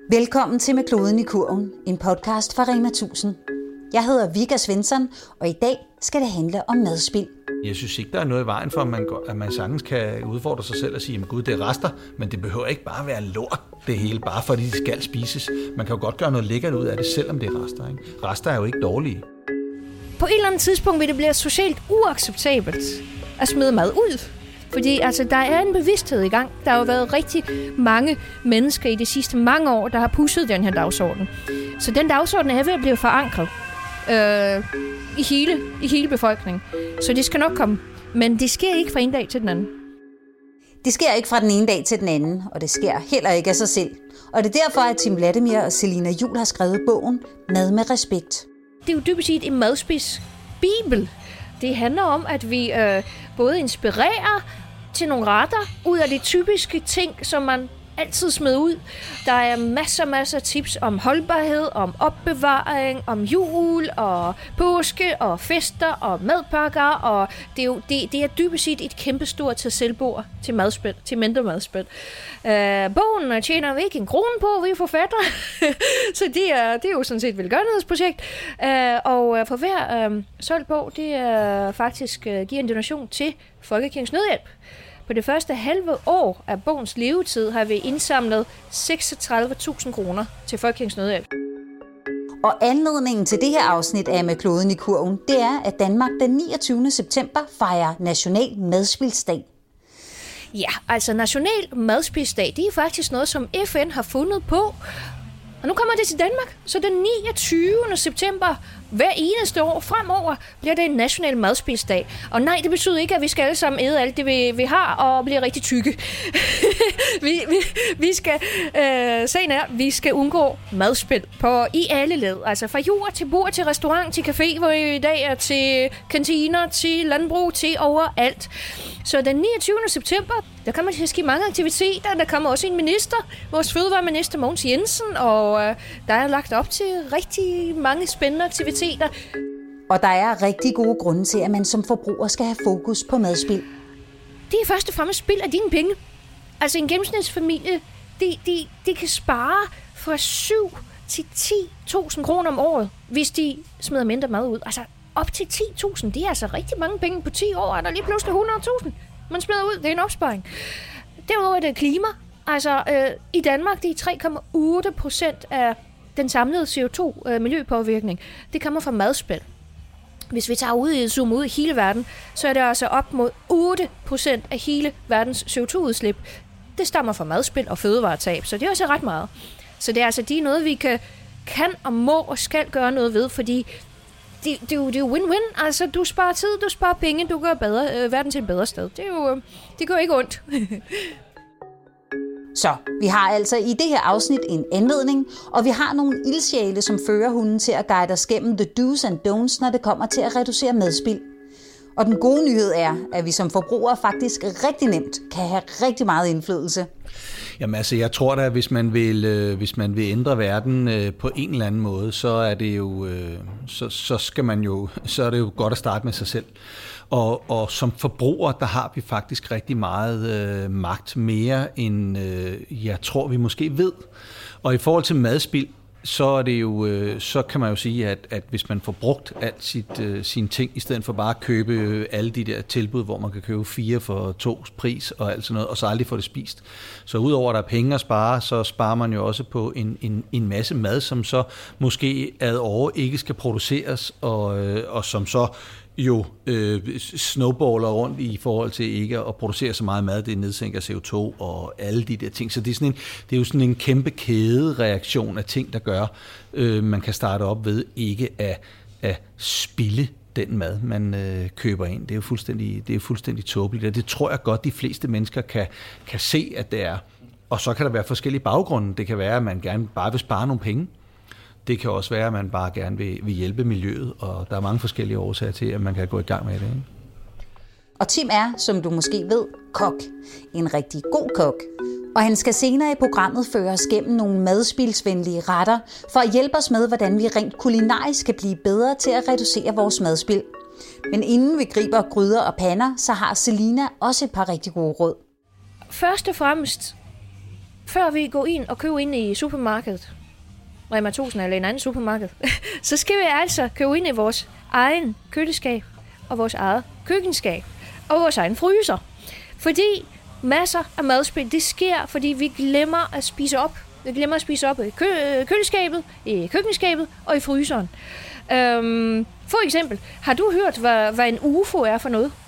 Velkommen til Med kloden i kurven, en podcast fra Rema 1000. Jeg hedder Vigga Svensson, og i dag skal det handle om madspild. Jeg synes ikke, der er noget i vejen for, at man sagtens kan udfordre sig selv og sige, at gud, det er rester, men det behøver ikke bare være lort, det hele, bare fordi de skal spises. Man kan jo godt gøre noget lækkert ud af det, selvom det er rester. Ikke? Rester er jo ikke dårlige. På et eller andet tidspunkt vil det blive socialt uacceptabelt at smide mad ud. Fordi der er en bevidsthed i gang. Der har jo været rigtig mange mennesker i de sidste mange år, der har pushet den her dagsorden. Så den dagsorden er ved at blive forankret i hele befolkningen. Så det skal nok komme. Men det sker ikke fra en dag til den anden. Det sker ikke fra den ene dag til den anden, og det sker heller ikke af sig selv. Og det er derfor, at Tim Vladimir og Selina Juul har skrevet bogen Mad med respekt. Det er jo dybest set en madspidsbibel. Det handler om, at vi både inspirerer til nogle retter ud af de typiske ting, som man altid smider ud. Der er masser af tips om holdbarhed, om opbevaring, om jul og påske og fester og madpakker. Og det er dybest set et kæmpestort tag-selv-bord til madspil, til mindre madspil. Bogen tjener vi ikke en krone på, vi er forfatter. Så det er jo sådan set et velgørenhedsprojekt. Og for hver solgt bog, det faktisk giver en donation til Folkekirkens Nødhjælp. På det første halve år af bogens levetid har vi indsamlet 36.000 kroner til Folkekirkens Nødhjælp. Og anledningen til det her afsnit af Med kloden i kurven, det er, at Danmark den 29. september fejrer National Madspildsdag. Ja, National Madspildsdag, det er faktisk noget, som FN har fundet på. Og nu kommer det til Danmark, så den 29. september hver eneste år fremover bliver det en national madspildsdag. Og nej, det betyder ikke, at vi skal alle sammen æde alt det, vi har, og blive rigtig tykke. vi skal, sagen er, vi skal undgå madspild i alle led. Altså fra jord til bord, til restaurant, til café, hvor vi i dag er til kantiner, til landbrug, til overalt. Så den 29. september, der kommer til at ske mange aktiviteter. Der kommer også en minister, vores fødevareminister Mogens Jensen, og der er lagt op til rigtig mange spændende aktiviteter. Og der er rigtig gode grunde til, at man som forbruger skal have fokus på madspild. Det er først og fremmest spild af dine penge. Altså en gennemsnitsfamilie, de kan spare fra 7 til 10.000 kroner om året, hvis de smider mindre mad ud. Altså op til 10.000, det er altså rigtig mange penge på 10 år, er der lige pludselig 100.000. Man smider ud, det er en opsparing. Derudover er det klima. I Danmark, det er 3,8% af den samlede CO2-miljøpåvirkning. Det kommer fra madspild. Hvis vi tager zoomer ud i hele verden, så er det altså op mod 8% af hele verdens CO2-udslip. Det stammer fra madspild og fødevaretab, så det er også ret meget. Så det er noget, vi kan og må og skal gøre noget ved, fordi det er jo win-win. Altså, du sparer tid, du sparer penge, du gør verden til et bedre sted. Det gør ikke ondt. Så vi har altså i det her afsnit en anledning, og vi har nogle ildsjæle, som fører hunden til at guide os gennem the do's and don'ts, når det kommer til at reducere madspild. Og den gode nyhed er, at vi som forbrugere faktisk rigtig nemt kan have rigtig meget indflydelse. Jamen jeg tror da, at hvis man vil ændre verden på en eller anden måde, så er det jo så er det jo godt at starte med sig selv. Og som forbrugere, der har vi faktisk rigtig meget magt, mere end jeg tror, vi måske ved. Og i forhold til madspild, så er det jo, så kan man jo sige, at hvis man får brugt alt sine ting, i stedet for bare at købe alle de der tilbud, hvor man kan købe 4 for 2 pris og alt sådan noget, og så aldrig få det spist. Så udover at der er penge at spare, så sparer man jo også på en masse mad, som så måske ad år ikke skal produceres, og som så jo snowballer rundt i forhold til ikke at producere så meget mad, det nedsænker CO2 og alle de der ting. Så det er jo sådan en kæmpe kædereaktion af ting, der gør, man kan starte op ved ikke at spilde den mad, man køber ind. Det er jo fuldstændig tåbeligt, og det tror jeg godt, de fleste mennesker kan se, at det er. Og så kan der være forskellige baggrunde. Det kan være, at man gerne bare vil spare nogle penge. Det kan også være, at man bare gerne vil hjælpe miljøet, og der er mange forskellige årsager til, at man kan gå i gang med det. Ikke? Og Tim er, som du måske ved, kok. En rigtig god kok. Og han skal senere i programmet føre os gennem nogle madspildsvenlige retter, for at hjælpe os med, hvordan vi rent kulinarisk kan blive bedre til at reducere vores madspild. Men inden vi griber gryder og pander, så har Selina også et par rigtig gode råd. Først og fremmest før vi går ind og køber ind i supermarkedet, Rema 1000 eller en anden supermarked, så skal vi altså købe ind i vores egen køleskab, og vores eget køkkenskab, og vores egen fryser. Fordi masser af madspild, det sker, fordi vi glemmer at spise op. Vi glemmer at spise op i køleskabet, i køkkenskabet og i fryseren. For eksempel, har du hørt, hvad en UFO er for noget?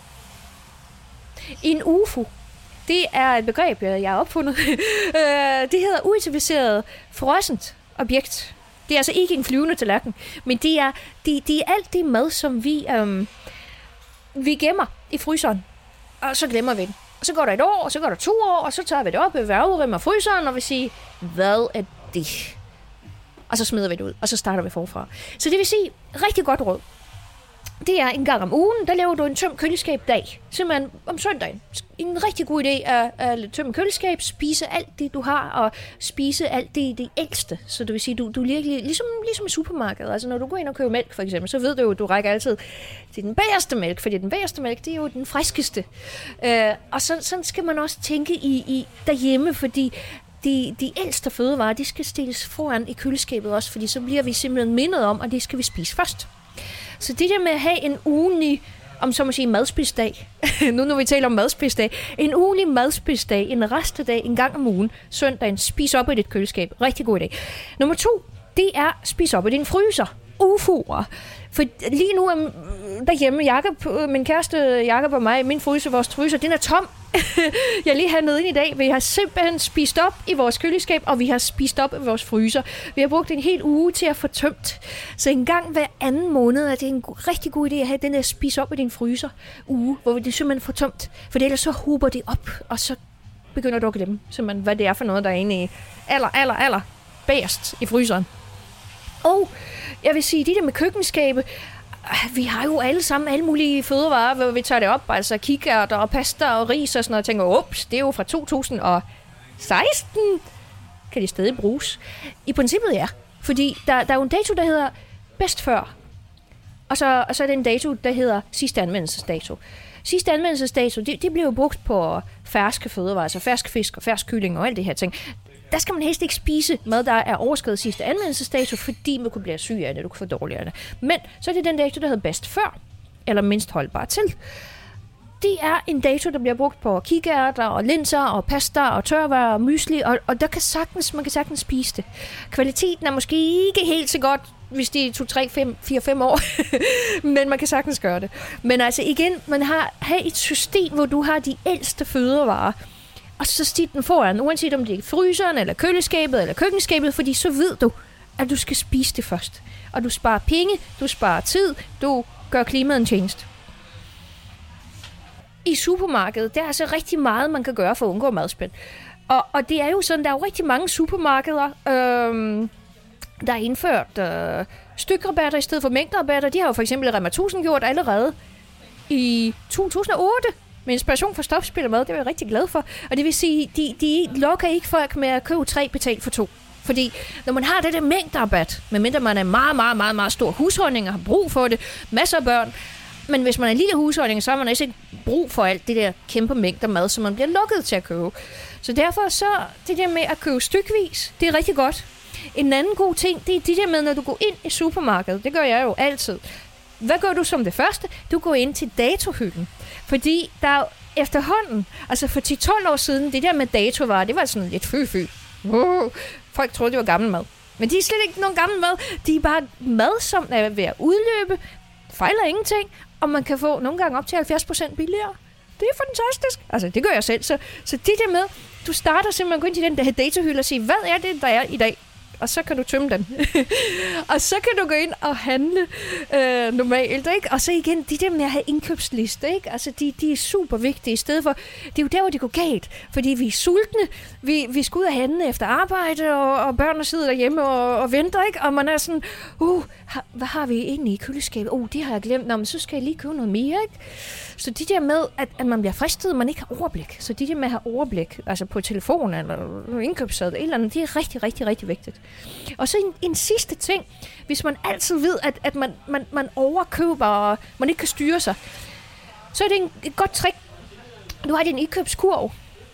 En UFO, det er et begreb, jeg har opfundet. Det hedder uidentificeret frossent objekt. Det er altså ikke en flyvende tallerken, men det er alt det mad, som vi gemmer i fryseren, og så glemmer vi det. Og så går der 1 år, og så går der 2 år, og så tager vi det op, vi afrimmer fryseren, og vi siger, hvad er det? Og så smider vi det ud, og så starter vi forfra. Så det vil sige, rigtig godt råd. Det er en gang om ugen, der laver du en tøm køleskab-dag. Simpelthen om søndagen. En rigtig god idé at tømme køleskab, spise alt det, du har, og spise alt det ældste. Så det vil sige, du ligesom i supermarkedet. Altså når du går ind og køber mælk, for eksempel, så ved du jo, at du rækker altid til den bagerste mælk, fordi den bagerste mælk, det er jo den friskeste. Og sådan skal man også tænke i derhjemme, fordi de ældste fødevarer, de skal stilles foran i køleskabet også, fordi så bliver vi simpelthen mindet om, at det skal vi spise først. Så det der med at have en ugenlig, om så må sige, madspidsdag, nu når vi taler om madspidsdag, en ugenlig madspidsdag, en restedag, en gang om ugen, søndagen, spis op i dit køleskab. Rigtig god idé. Nummer 2, det er spis op i din fryser. UFO'er. For lige nu er derhjemme, min kæreste Jakob og mig, min fryser, vores fryser, den er tom. Jeg lige hernede ind i dag. Vi har simpelthen spist op i vores køleskab, og vi har spist op i vores fryser. Vi har brugt en hel uge til at få tømt. Så en gang hver anden måned er det en rigtig god idé at have den der spis op i din fryser uge, hvor vi det simpelthen får tømt. For ellers så hober det op, og så begynder du at glemme, simpelthen, hvad det er for noget, der er inde i aller bagerst i fryseren. Og jeg vil sige, de der med køkkenskabe, vi har jo alle sammen alle mulige fødevarer, hvor vi tager det op, altså kikærter og pasta og ris og sådan noget, og tænker, ups, det er jo fra 2016, kan de stadig bruges? I princippet ja, fordi der er jo en dato, der hedder bedst før, og så er det en dato, der hedder sidste anvendelsesdato. Sidste anvendelsesdato, det bliver jo brugt på ferske fødevarer, altså fersk fisk og fersk kylling og alt det her ting. Der skal man helst ikke spise mad, der er overskredet sidste anvendelsesdato, fordi man kunne blive syg af det, du kunne få dårligere af det. Men så er det den dato, der hedder bedst før, eller mindst holdbar til. Det er en dato, der bliver brugt på kikærter og linser og pasta og tørvarer og mysli, og man kan sagtens spise det. Kvaliteten er måske ikke helt så godt, hvis de er 2, 3, 5, 4, 5 år, men man kan sagtens gøre det. Men altså igen, man har et system, hvor du har de ældste fødevarer, og så stit den foran, uanset om det er fryseren, eller køleskabet, eller køkkenskabet, fordi så ved du, at du skal spise det først. Og du sparer penge, du sparer tid, du gør klimaet en tjeneste. I supermarkedet, der er altså rigtig meget, man kan gøre for at undgå madspild. Og det er jo sådan, der er jo rigtig mange supermarkeder, der har indført stykrabatter i stedet for mængderabatter. De har jo for eksempel Rema 1000 gjort allerede i 2008. Med inspiration for stofspil og mad, det er jeg rigtig glad for. Og det vil sige, de lokker ikke folk med at købe 3, betalt for 2. Fordi når man har det der mængderabat, medmindre man er meget stor husholdning og har brug for det, masser af børn, men hvis man er en lille husholdning, så har man ikke brug for alt det der kæmpe mængder mad, som man bliver lukket til at købe. Så derfor så, det der med at købe stykvis, det er rigtig godt. En anden god ting, det er det der med, når du går ind i supermarkedet, det gør jeg jo altid. Hvad gør du som det første? Du går ind til datohylden. Fordi der er efterhånden, altså for 10-12 år siden, det der med datovarer, det var sådan lidt fy. Folk troede, det var gammel mad. Men de er slet ikke nogen gammel mad. De er bare mad, som er ved at udløbe, fejler ingenting, og man kan få nogle gange op til 70% billigere. Det er fantastisk. Altså, det gør jeg selv. Så det der med, du starter simpelthen at gå ind til den der datohylde og sige, hvad er det, der er i dag? Og så kan du tømme den. Og så kan du gå ind og handle normalt, ikke? Og så igen, det der med at have indkøbsliste, ikke? Altså, de er super vigtige i stedet for, det er jo der, hvor det går galt. Fordi vi er sultne, vi skal ud og handle efter arbejde, og børnene sidder derhjemme og venter, ikke? Og man er sådan, hvad har vi egentlig i køleskabet? Det har jeg glemt. Nå, men så skal jeg lige købe noget mere, ikke? Så det der med, at man bliver fristet, man ikke har overblik. Så det der med at have overblik, altså på telefonen eller indkøbsseddel, eller andet, det er rigtig, rigtig, rigtig vigtigt. Og så en sidste ting, hvis man altid ved, at man overkøber, og man ikke kan styre sig, så er det et godt trick. Du har din indkøbskurv.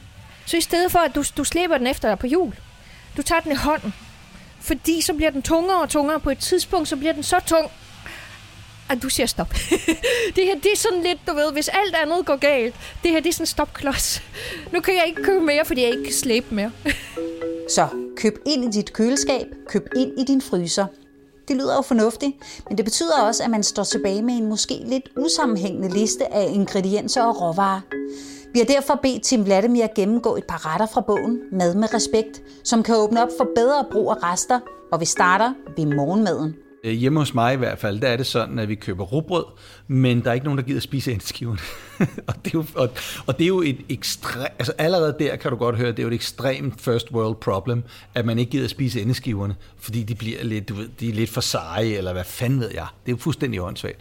Så i stedet for, at du slæber den efter dig på hjul, du tager den i hånden, fordi så bliver den tungere og tungere. På et tidspunkt, så bliver den så tung, at du siger stop. Det her, det er sådan lidt, du ved, hvis alt andet går galt, det her, det er sådan en stopklods. Nu kan jeg ikke købe mere, fordi jeg ikke kan slæbe mere. Så køb ind i dit køleskab, køb ind i din fryser. Det lyder jo fornuftigt, men det betyder også, at man står tilbage med en måske lidt usammenhængende liste af ingredienser og råvarer. Vi har derfor bedt Tim Vladimir gennemgå et par retter fra bogen Mad med respekt, som kan åbne op for bedre brug af rester, og vi starter ved morgenmaden. Hjemme hos mig i hvert fald, der er det sådan, at vi køber rugbrød, men der er ikke nogen, der gider spise endeskiverne. og det er jo et ekstremt, altså allerede der kan du godt høre, det er jo et ekstremt first world problem, at man ikke gider spise endeskiverne, fordi de bliver lidt, du ved, de er lidt for seje, eller hvad fanden ved jeg. Det er jo fuldstændig åndssvagt.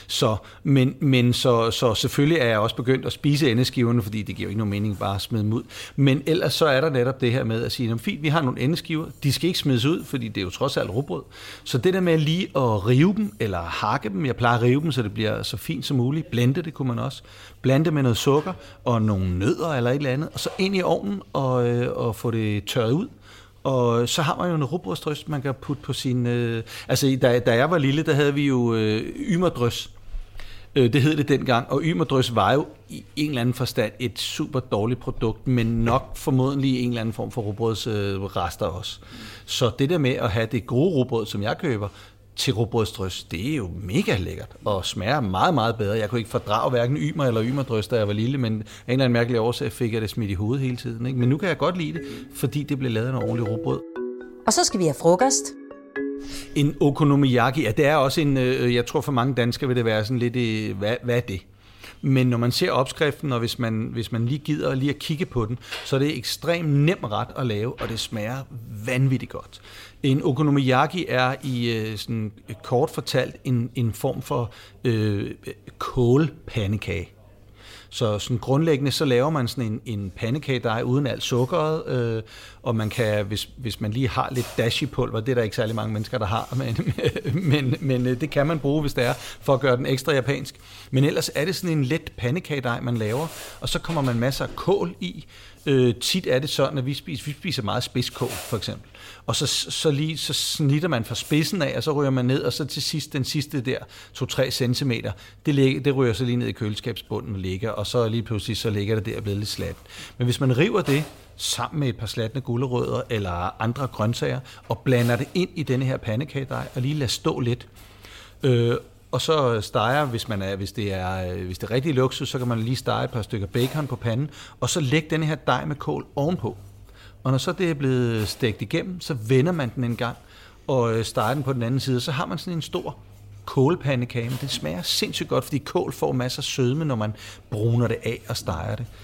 Så selvfølgelig er jeg også begyndt at spise endeskiverne, fordi det giver jo ikke nogen mening bare at smide dem ud. Men ellers så er der netop det her med at sige, fint, vi har nogle endeskiver, de skal ikke smides ud, fordi det er jo trods alt rugbrød. Så det der med lige at rive dem, eller hakke dem, jeg plejer at rive dem, så det bliver så fint som muligt. Blende det kunne man også. Blande med noget sukker og nogle nødder eller et eller andet, og så ind i ovnen og få det tørret ud. Og så har man jo noget rugbrødsdrys, man kan putte på sin... Altså, da jeg var lille, der havde vi jo ymerdrys. Det hed det dengang, og ymerdrys var jo i en eller anden forstand et super dårligt produkt, men nok formodentlig en eller anden form for rugbrødsrester også. Så det der med at have det gode rugbrød, som jeg køber, til rugbrødsdrys, det er jo mega lækkert og smager meget, meget bedre. Jeg kunne ikke fordrage hverken ymer eller ymerdrys, da jeg var lille, men af en eller anden mærkelig årsag fik jeg det smidt i hovedet hele tiden. Ikke? Men nu kan jeg godt lide det, fordi det blev lavet af noget ordentligt rugbrød. Og så skal vi have frokost. En okonomiyaki, ja, det er også en, jeg tror for mange danskere vil det være sådan lidt, hvad er det? Men når man ser opskriften, og hvis man lige gider lige at kigge på den, så er det ekstremt nem ret at lave, og det smager vanvittigt godt. En okonomiyaki er i sådan kort fortalt en form for kålpandekage. Så sådan grundlæggende, så laver man sådan en pandekagedej uden alt sukkeret, og man kan, hvis man lige har lidt dashi-pulver, det er der ikke særlig mange mennesker, der har, men det kan man bruge, hvis det er, for at gøre den ekstra japansk. Men ellers er det sådan en let pandekagedej, man laver, og så kommer man masser af kål i. Tit er det sådan, at vi spiser meget spidskål, for eksempel. Og så snitter man fra spidsen af, og så ryger man ned, og så til sidst, den sidste der, 2-3 centimeter, det ryger så lige ned i køleskabsbunden og ligger, og så lige pludselig, så ligger det der og bliver lidt slat. Men hvis man river det sammen med et par slatne gulerødder eller andre grøntsager, og blander det ind i denne her pandekagedej, og lige lader stå lidt, og så steger, hvis det er rigtig luksus, så kan man lige stege et par stykker bacon på panden, og så lægge denne her dej med kål ovenpå. Og når så det er blevet stegt igennem, så vender man den en gang, og steger den på den anden side, så har man sådan en stor kålpandekage. Men det smager sindssygt godt, fordi kål får masser af sødme, når man bruner det af og steger det.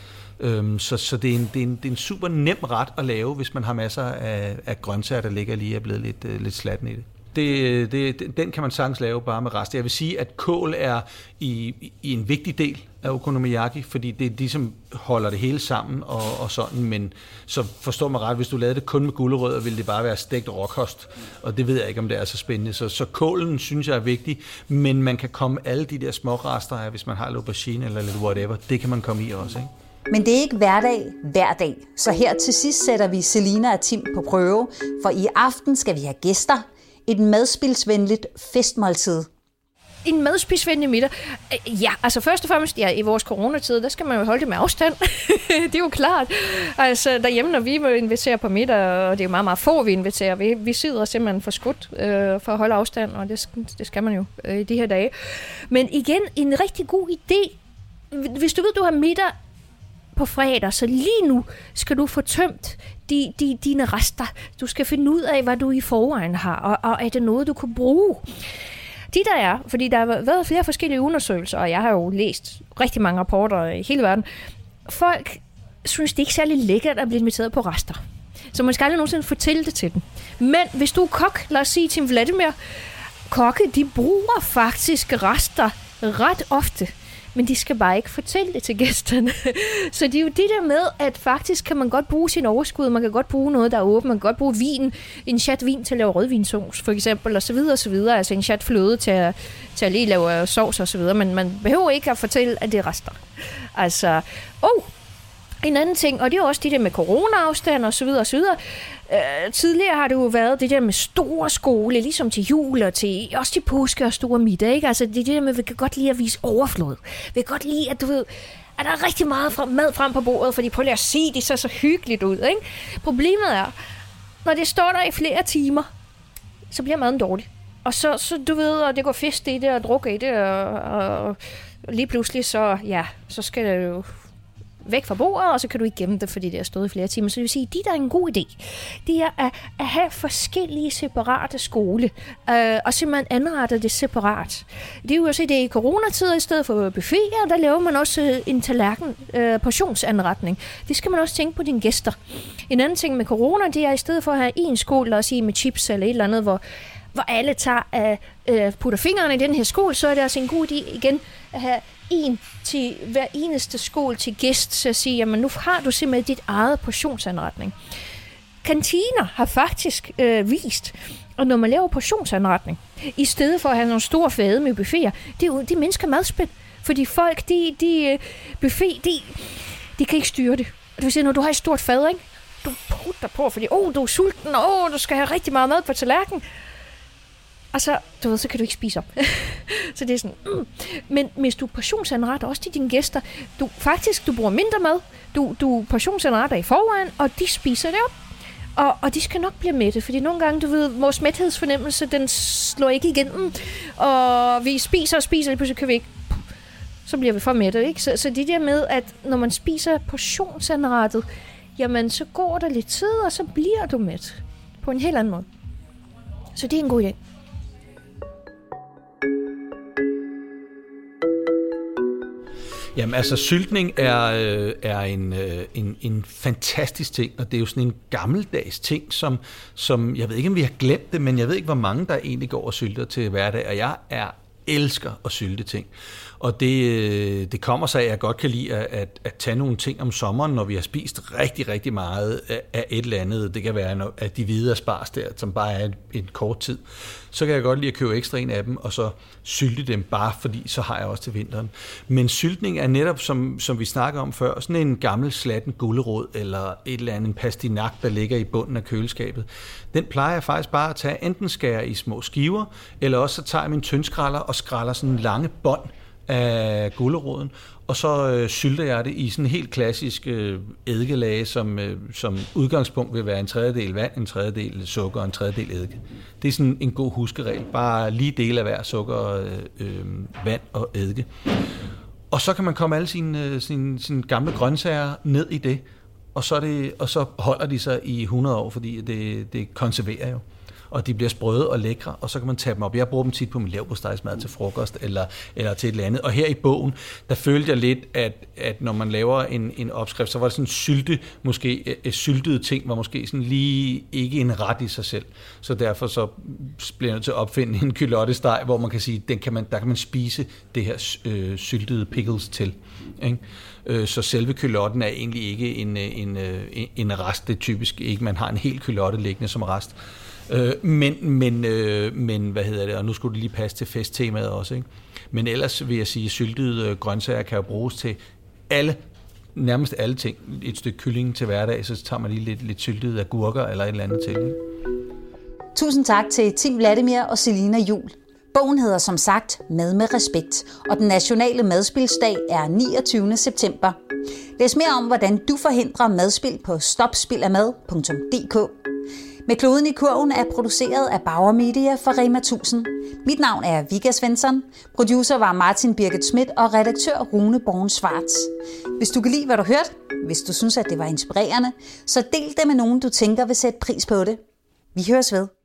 Så det er en super nem ret at lave, hvis man har masser af grøntsager, der ligger lige og er blevet lidt slatten i det. Den kan man sagtens lave bare med rester. Jeg vil sige, at kål er i en vigtig del af okonomiyaki, fordi det er de, som holder det hele sammen og sådan, men så forstår mig ret, hvis du lavede det kun med gulerødder, ville det bare være stegt råkost, og det ved jeg ikke, om det er så spændende. Så kålen synes jeg er vigtig, men man kan komme alle de der små rester af, hvis man har aubergine eller lidt whatever, det kan man komme i også, ikke? Men det er ikke hverdag hver dag, så her til sidst sætter vi Selina og Tim på prøve, for i aften skal vi have gæster. Et madspilsvenligt festmåltid. En madspilsvenlig middag? Ja, altså først og fremmest, ja, i vores coronatid, der skal man jo holde det med afstand. Det er jo klart. Altså derhjemme, når vi må invitere på middag, og det er jo meget, meget få, vi inviterer. Vi sidder simpelthen for skudt for at holde afstand, og det skal man jo i de her dage. Men igen, en rigtig god idé. Hvis du ved, du har middag på fredag, så lige nu skal du få tømt dine rester. Du skal finde ud af, hvad du i forvejen har, og er det noget, du kunne bruge? De der er, fordi der har været flere forskellige undersøgelser, og jeg har jo læst rigtig mange rapporter i hele verden. Folk synes, det er ikke særlig lækkert at blive inviteret på rester. Så man skal aldrig nogensinde fortælle det til dem. Men hvis du er kok, lad os sige Tim Vladimir, kokke, de bruger faktisk rester ret ofte. Men de skal bare ikke fortælle det til gæsterne. Så det er jo det der med, at faktisk kan man godt bruge sin overskud, man kan godt bruge noget, der er åbent, man kan godt bruge vin, en chat vin til at lave rødvinsauce, for eksempel, og så videre, og så videre. Altså en chat fløde til at lige lave sovs og så videre, men man behøver ikke at fortælle, at det er rester. Altså, En anden ting, og det er også det der med corona-afstand og så videre og så videre. Tidligere har det jo været det der med store skole, ligesom til jul og til også til påske og store middag, ikke? Altså det der med, vi kan godt lide at vise overflod. Vi kan godt lide, at du ved, at der er rigtig meget mad frem på bordet, fordi prøv lige at se, det ser så hyggeligt ud, ikke? Problemet er, når det står der i flere timer, så bliver maden dårlig. Og så du ved, og det går fest i det og druk i det, og lige pludselig så skal det jo væk fra bordet, og så kan du ikke gemme det, fordi det har stået i flere timer. Så det vil sige, der er en god idé. Det er at have forskellige separate skole, og simpelthen anrette det separat. Det er jo også det i coronatider, i stedet for buffeter, der laver man også en tallerken portionsanretning. Det skal man også tænke på dine gæster. En anden ting med corona, det er i stedet for at have en skål, lad os sige med chips eller et eller andet, hvor alle putter fingrene i den her skål, så er det altså en god idé igen at have en til hver eneste skål til gæst, så at sige, jamen nu har du simpelthen dit eget portionsanretning. Kantiner har faktisk vist, at når man laver portionsanretning, i stedet for at have nogle store fade med buffeter, det mindsker madspild. Fordi folk, buffet, de kan ikke styre det. Det vil sige, når du har et stort fad, ikke? Du putter på, fordi du er sulten, du skal have rigtig meget mad på tallerkenen. Og så, så kan du ikke spise op. Så det er sådan, Men hvis du portionsanretter også til dine gæster, du bruger mindre mad, du portionsanretter i forvejen, og de spiser det op. Og de skal nok blive mætte, fordi nogle gange, du ved, vores mæthedsfornemmelse, den slår ikke igennem, og vi spiser, og pludselig kan vi ikke. Så bliver vi for mætte, ikke? Så det der med, at når man spiser portionsanrettet, jamen så går der lidt tid, og så bliver du mæt på en helt anden måde. Så det er en god idé. Jamen altså, syltning er en fantastisk ting, og det er jo sådan en gammeldags ting, som jeg ved ikke, om vi har glemt det, men jeg ved ikke, hvor mange der egentlig går og sylter til hverdag, og jeg elsker at sylte ting. Og det kommer sig af, at jeg godt kan lide at tage nogle ting om sommeren, når vi har spist rigtig, rigtig meget af et eller andet. Det kan være af de hvide asparges der, som bare er en kort tid. Så kan jeg godt lide at købe ekstra en af dem, og så sylte dem bare, fordi så har jeg også til vinteren. Men syltning er netop, som vi snakker om før, sådan en gammel slatten gulerod, eller et eller andet pastinak, der ligger i bunden af køleskabet. Den plejer jeg faktisk bare at tage, enten skære i små skiver, eller også så tager jeg min tyndskræller og skræller sådan lange bånd af guleroden, og så sylter jeg det i sådan en helt klassisk eddikelag, som udgangspunkt vil være en tredjedel vand, en tredjedel sukker og en tredjedel eddike. Det er sådan en god huskeregel. Bare lige dele af hver sukker, vand og eddike. Og så kan man komme alle sine gamle grøntsager ned i det, og så holder de sig i 100 år, fordi det konserverer jo. Og de bliver sprøde og lækre, og så kan man tage dem op. Jeg bruger dem tit på min leverpostejsmad til frokost, eller til et eller andet. Og her i bogen, der følte jeg lidt, at når man laver en opskrift, så var det sådan syltede ting, var måske sådan lige ikke en ret i sig selv. Så derfor så bliver jeg nødt til at opfinde en kylottesteg, hvor man kan sige, der kan man spise det her syltede pickles til. Ikke? Så selve kylotten er egentlig ikke en rest. Det er typisk ikke, man har en hel kylotte liggende som rest. Men hvad hedder det, og nu skulle det lige passe til festtemaet også, ikke? Men ellers vil jeg sige, at syltede grøntsager kan jo bruges til nærmest alle ting. Et stykke kylling til hverdag, så tager man lige lidt syltede agurker eller et eller andet til, ikke? Tusind tak til Tim Vladimir og Selina Juhl. Bogen hedder som sagt Mad med respekt, og den nationale madspilsdag er 29. september. Læs mere om, hvordan du forhindrer madspild på stopspildafmad.dk. Med kloden i kurven er produceret af Bauer Media for Rema 1000. Mit navn er Vigga Svensson. Producer var Martin Birgit Schmidt og redaktør Rune Born Schwartz. Hvis du kan lide, hvad du hørte, hvis du synes, at det var inspirerende, så del det med nogen, du tænker vil sætte pris på det. Vi høres ved.